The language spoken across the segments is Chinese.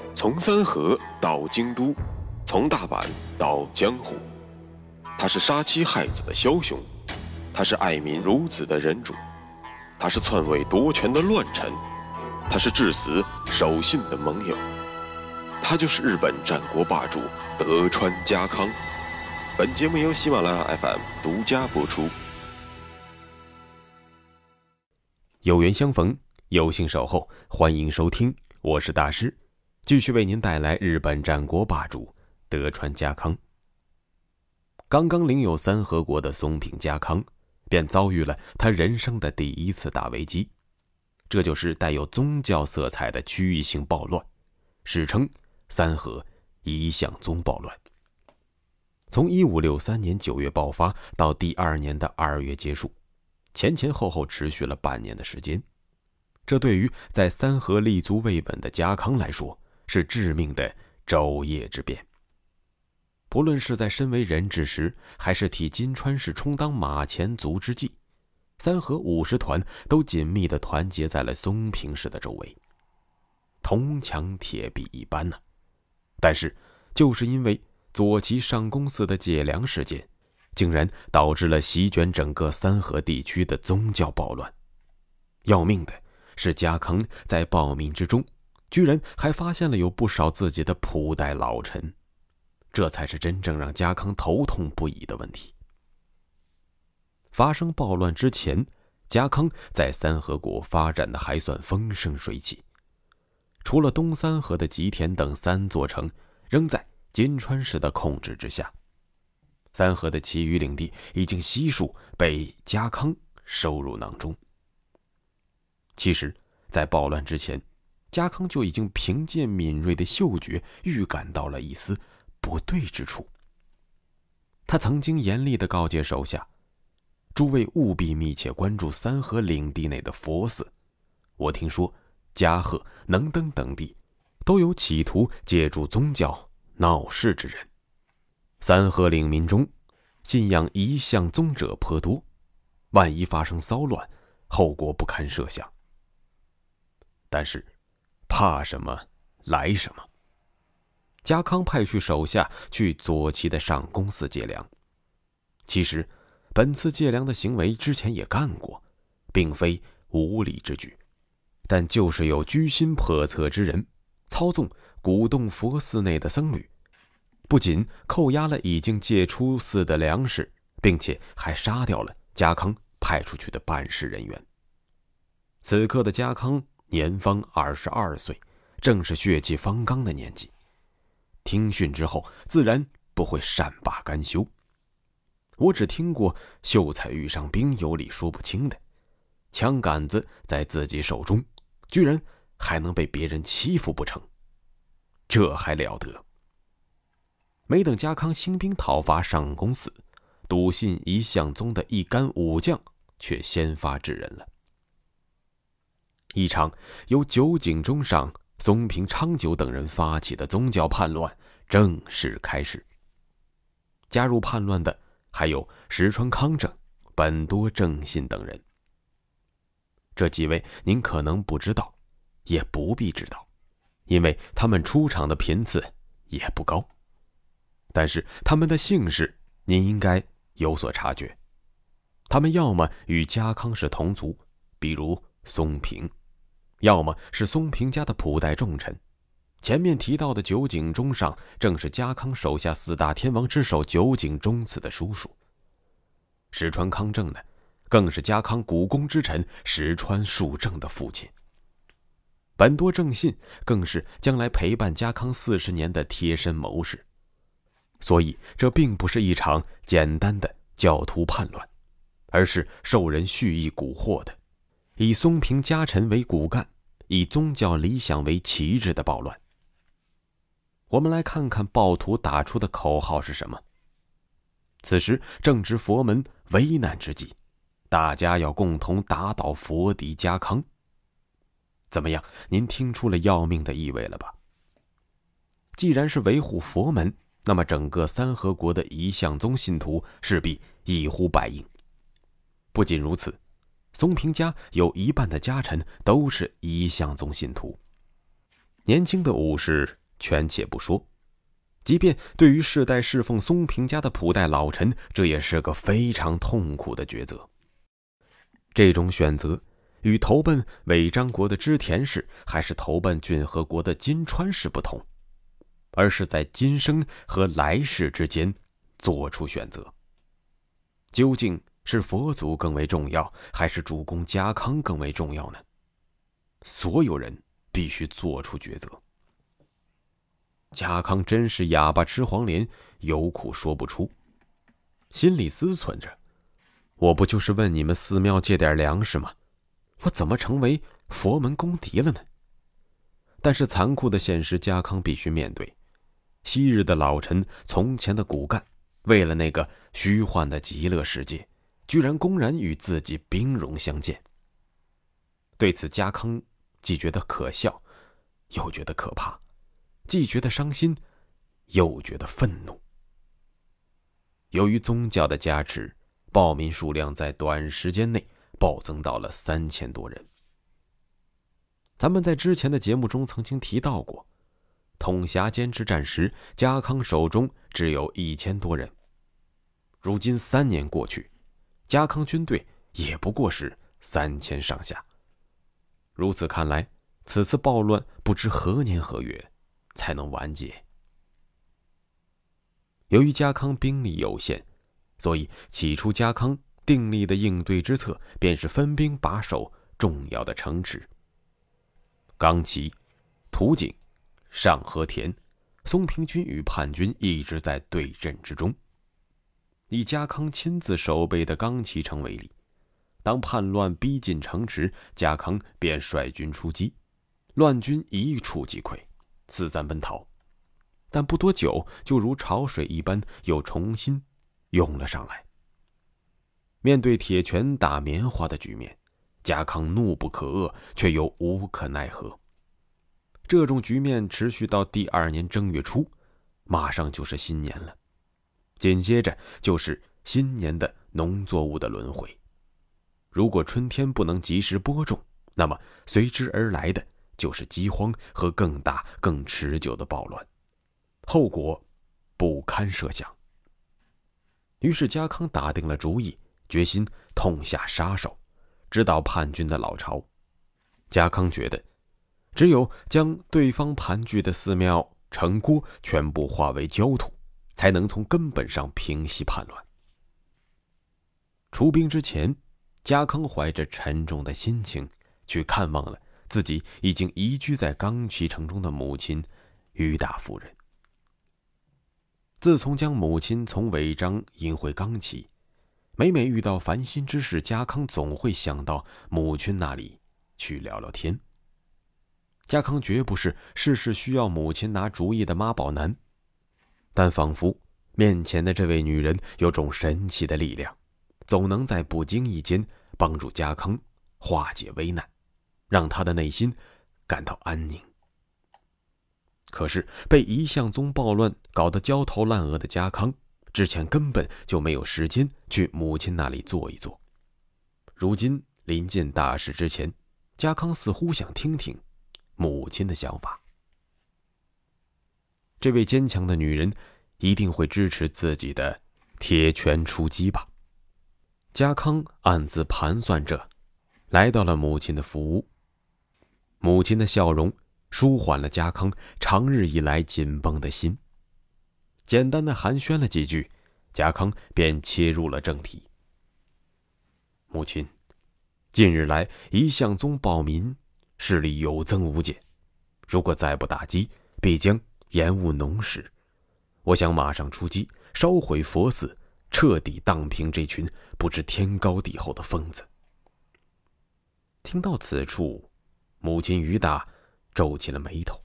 从三河到京都，从大阪到江湖，他是杀妻害子的枭雄，他是爱民如子的仁主，他是篡位夺权的乱臣，他是至死守信的盟友，他就是日本战国霸主德川家康。本节目由喜马拉雅 FM 独家播出。 有缘相逢，有幸守候，欢迎收听，我是大师，继续为您带来日本战国霸主德川家康。刚刚领有三河国的松平家康，便遭遇了他人生的第一次大危机，这就是带有宗教色彩的区域性暴乱，史称三河一向宗暴乱。从1563年9月爆发到第2年的2月结束，前前后后持续了半年的时间。这对于在三河立足未稳的家康来说，是致命的昼夜之变。不论是在身为人质时，还是替金川氏充当马前卒之际，三河武士团都紧密地团结在了松平氏的周围，铜墙铁壁一般啊。但是就是因为左旗上宫寺的借粮事件，竟然导致了席卷整个三河地区的宗教暴乱。要命的是，家康在暴民之中居然还发现了有不少自己的仆代老臣，这才是真正让家康头痛不已的问题。发生暴乱之前，家康在三河国发展的还算风生水起，除了东三河的吉田等3座城仍在金川氏的控制之下，三河的其余领地已经悉数被家康收入囊中。其实在暴乱之前，家康就已经凭借敏锐的嗅觉预感到了一丝不对之处。他曾经严厉地告诫手下，诸位务必密切关注三河领地内的佛寺，我听说加贺、能登等地都有企图借助宗教闹事之人，三河领民中信仰一向宗者颇多，万一发生骚乱，后果不堪设想。但是怕什么来什么，家康派去手下去左旗的上宫寺借粮。其实本次借粮的行为之前也干过，并非无理之举，但就是有居心叵测之人操纵鼓动佛寺内的僧侣，不仅扣押了已经借出寺的粮食，并且还杀掉了家康派出去的办事人员。此刻的家康年方22岁，正是血气方刚的年纪，听训之后自然不会善罢甘休。我只听过秀才遇上兵有理说不清的，枪杆子在自己手中，居然还能被别人欺负不成？这还了得！没等家康兴兵讨伐上宫寺，笃信一向宗的一干武将却先发制人了。一场由酒井忠上、松平昌久等人发起的宗教叛乱正式开始。加入叛乱的还有石川康正、本多正信等人。这几位您可能不知道，也不必知道，因为他们出场的频次也不高。但是他们的姓氏您应该有所察觉，他们要么与家康是同族，比如松平，要么是松平家的仆代重臣。前面提到的酒井忠上正是家康手下4大天王之首酒井忠次的叔叔。石川康正呢，更是家康股肱之臣石川树正的父亲。本多正信更是将来陪伴家康40年的贴身谋士。所以这并不是一场简单的教徒叛乱，而是受人蓄意蛊惑的，以松平家臣为骨干，以宗教理想为旗帜的暴乱。我们来看看暴徒打出的口号是什么。此时正值佛门危难之际，大家要共同打倒佛敌家康。怎么样，您听出了要命的意味了吧？既然是维护佛门，那么整个三河国的一向宗信徒势必一呼百应。不仅如此，松平家有一半的家臣都是一向宗信徒。年轻的武士权且不说，即便对于世代侍奉松平家的普代老臣，这也是个非常痛苦的抉择。这种选择与投奔尾张国的织田氏还是投奔骏河国的金川氏不同，而是在今生和来世之间做出选择。究竟是佛祖更为重要，还是主公家康更为重要呢？所有人必须做出抉择。家康真是哑巴吃黄连，有苦说不出，心里思忖着，我不就是问你们寺庙借点粮食吗？我怎么成为佛门公敌了呢？但是残酷的现实家康必须面对，昔日的老臣，从前的骨干，为了那个虚幻的极乐世界，居然公然与自己兵戎相见。对此家康既觉得可笑，又觉得可怕，既觉得伤心，又觉得愤怒。由于宗教的加持，暴民数量在短时间内暴增到了3000多人。咱们在之前的节目中曾经提到过，统辖间之战时，家康手中只有1000多人。如今3年过去，家康军队也不过是3000上下。如此看来，此次暴乱不知何年何月才能完结。由于家康兵力有限，所以起初家康订立的应对之策便是分兵把守重要的城池。冈崎、土井、上河田、松平军与叛军一直在对阵之中。以家康亲自守备的冈崎城为例，当叛乱逼近城池，家康便率军出击，乱军一触即溃，四散奔逃。但不多久，就如潮水一般，又重新涌了上来。面对铁拳打棉花的局面，家康怒不可遏，却又无可奈何。这种局面持续到第2年正月初，马上就是新年了，紧接着就是新年的农作物的轮回。如果春天不能及时播种，那么随之而来的就是饥荒和更大更持久的暴乱，后果不堪设想。于是家康打定了主意，决心痛下杀手，直捣叛军的老巢。家康觉得，只有将对方盘踞的寺庙、城郭全部化为焦土，才能从根本上平息叛乱。出兵之前，家康怀着沉重的心情去看望了自己已经移居在冈崎城中的母亲于大夫人。自从将母亲从尾张引回冈崎，每每遇到烦心之事，家康总会想到母亲那里去聊聊天。家康绝不是事事需要母亲拿主意的妈宝男，但仿佛面前的这位女人有种神奇的力量，总能在不经意间帮助家康化解危难，让他的内心感到安宁。可是被一向宗暴乱搞得焦头烂额的家康，之前根本就没有时间去母亲那里坐一坐。如今临近大事之前，家康似乎想听听母亲的想法。这位坚强的女人一定会支持自己的铁拳出击吧。家康暗自盘算着，来到了母亲的福屋。母亲的笑容舒缓了家康长日以来紧绷的心。简单的寒暄了几句，家康便切入了正题。母亲，近日来一向宗暴民势力有增无减，如果再不打击，必将延误农时。我想马上出击，烧毁佛寺，彻底荡平这群不知天高地厚的疯子。听到此处，母亲于大皱起了眉头。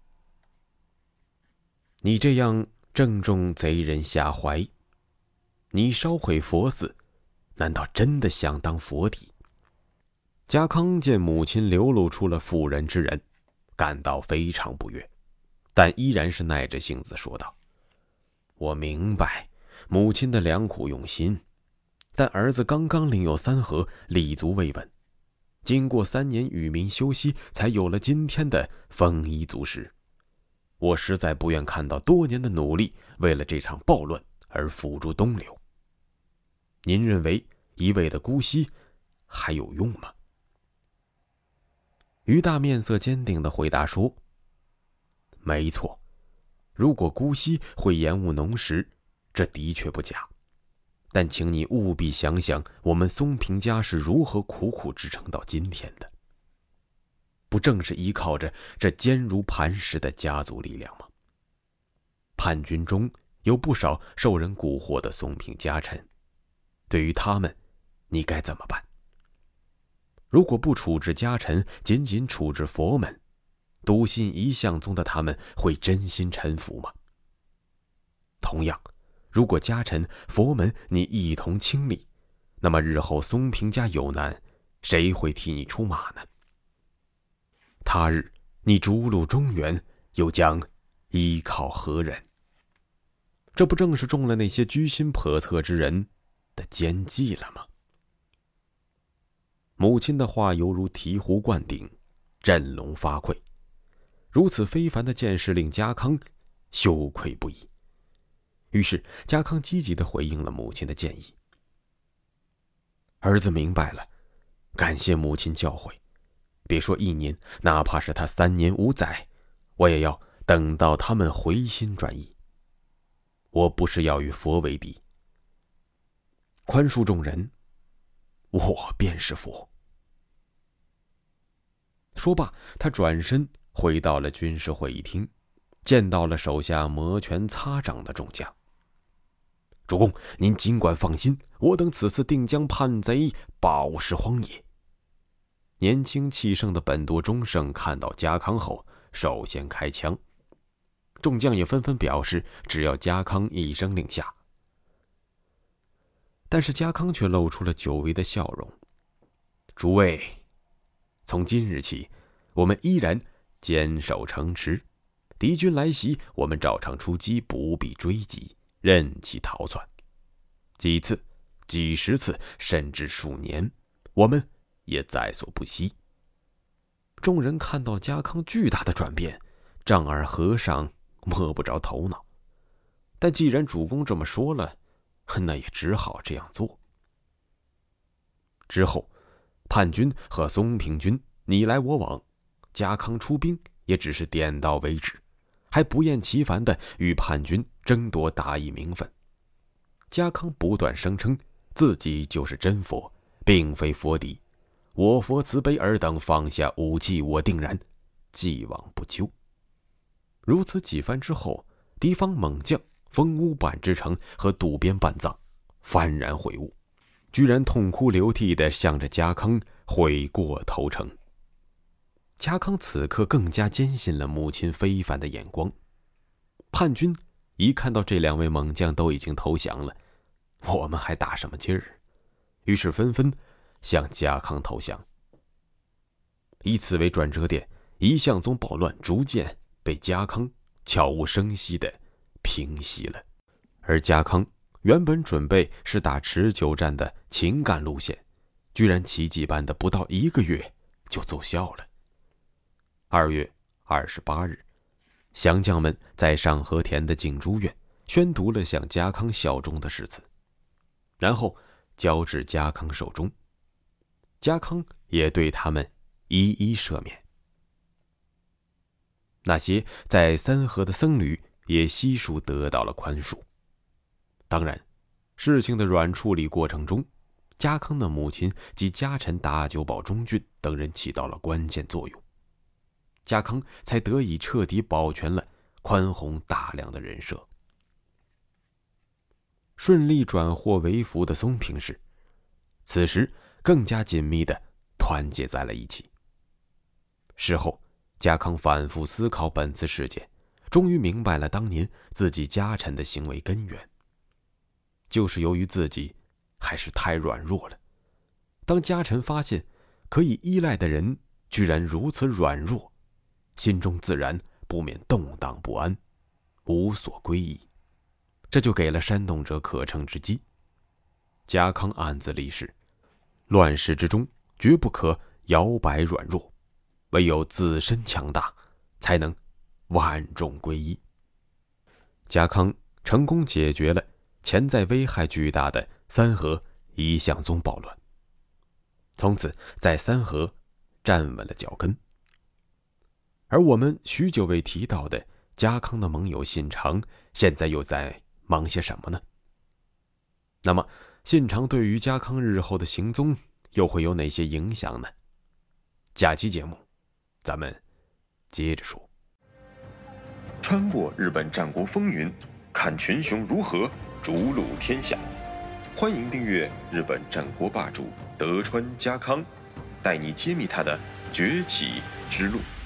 你这样正中贼人下怀，你烧毁佛寺，难道真的想当佛帝？家康见母亲流露出了妇人之仁，感到非常不悦，但依然是耐着性子说道：我明白母亲的良苦用心，但儿子刚刚领有3合，立足未稳，经过3年与民休息，才有了今天的丰衣足食。 我实在不愿看到多年的努力为了这场暴乱而付诸东流。您认为一味的姑息还有用吗？”于大面色坚定地回答说：“没错，如果姑息会延误农时，这的确不假。但请你务必想想，我们松平家是如何苦苦支撑到今天的。不正是依靠着这坚如磐石的家族力量吗？叛军中有不少受人蛊惑的松平家臣，对于他们，你该怎么办？如果不处置家臣，仅仅处置佛门，笃信一向宗的他们会真心臣服吗？同样，如果家臣、佛门你一同清理，那么日后松平家有难，谁会替你出马呢？他日你逐鹿中原，又将依靠何人？这不正是中了那些居心叵测之人的奸计了吗？”母亲的话犹如醍醐灌顶，振聋发聩。如此非凡的见识令家康羞愧不已。于是家康积极地回应了母亲的建议：“儿子明白了，感谢母亲教诲。别说1年，哪怕是他3年5载，我也要等到他们回心转意。我不是要与佛为敌，宽恕众人，我便是佛。”说罢，他转身回到了军事会议厅，见到了手下摩拳擦掌的众将。“主公，您尽管放心，我等此次定将叛贼保释荒野。”年轻气盛的本多忠胜看到家康后，首先开枪。众将也纷纷表示，只要家康一声令下。但是家康却露出了久违的笑容：“诸位，从今日起，我们依然坚守城池，敌军来袭，我们照常出击，不必追击，任其逃窜。几次、几十次，甚至数年，我们也在所不惜。”众人看到家康巨大的转变，丈二和尚摸不着头脑。但既然主公这么说了，那也只好这样做。之后，叛军和松平军你来我往，家康出兵也只是点到为止，还不厌其烦地与叛军争夺大义名分。家康不断声称自己就是真佛，并非佛敌，我佛慈悲，尔等放下武器，我定然既往不咎。如此几番之后，敌方猛将风屋坂之城和渡边半藏幡然悔悟，居然痛哭流涕地向着家康悔过投诚。家康此刻更加坚信了母亲非凡的眼光。叛军一看到这2位猛将都已经投降了，我们还打什么劲儿？于是纷纷向家康投降。以此为转折点，一向宗暴乱逐渐被家康悄无声息地平息了。而家康原本准备是打持久战的情感路线，居然奇迹般的不到1个月就奏效了。2月28日，降将们在上河田的景珠院宣读了向家康效忠的誓词，然后交至家康手中。家康也对他们一一赦免。那些在三河的僧侣也悉数得到了宽恕。当然，事情的软处理过程中，家康的母亲及家臣大久保忠俊等人起到了关键作用，家康才得以彻底保全了宽宏大量的人设。顺利转祸为福的松平氏，此时更加紧密地团结在了一起。事后，家康反复思考本次事件，终于明白了当年自己家臣的行为根源，就是由于自己还是太软弱了。当家臣发现可以依赖的人居然如此软弱，心中自然不免动荡不安，无所归依，这就给了煽动者可乘之机。家康暗自立誓，乱世之中绝不可摇摆软弱，唯有自身强大，才能万众归一。家康成功解决了潜在危害巨大的三河一向宗暴乱，从此在三河站稳了脚跟。而我们许久未提到的家康的盟友信长，现在又在忙些什么呢？那么信长对于家康日后的行踪又会有哪些影响呢？下期节目咱们接着说。 穿过日本战国风云，看群雄如何逐鹿天下。欢迎订阅日本战国霸主德川家康，带你揭秘他的崛起之路。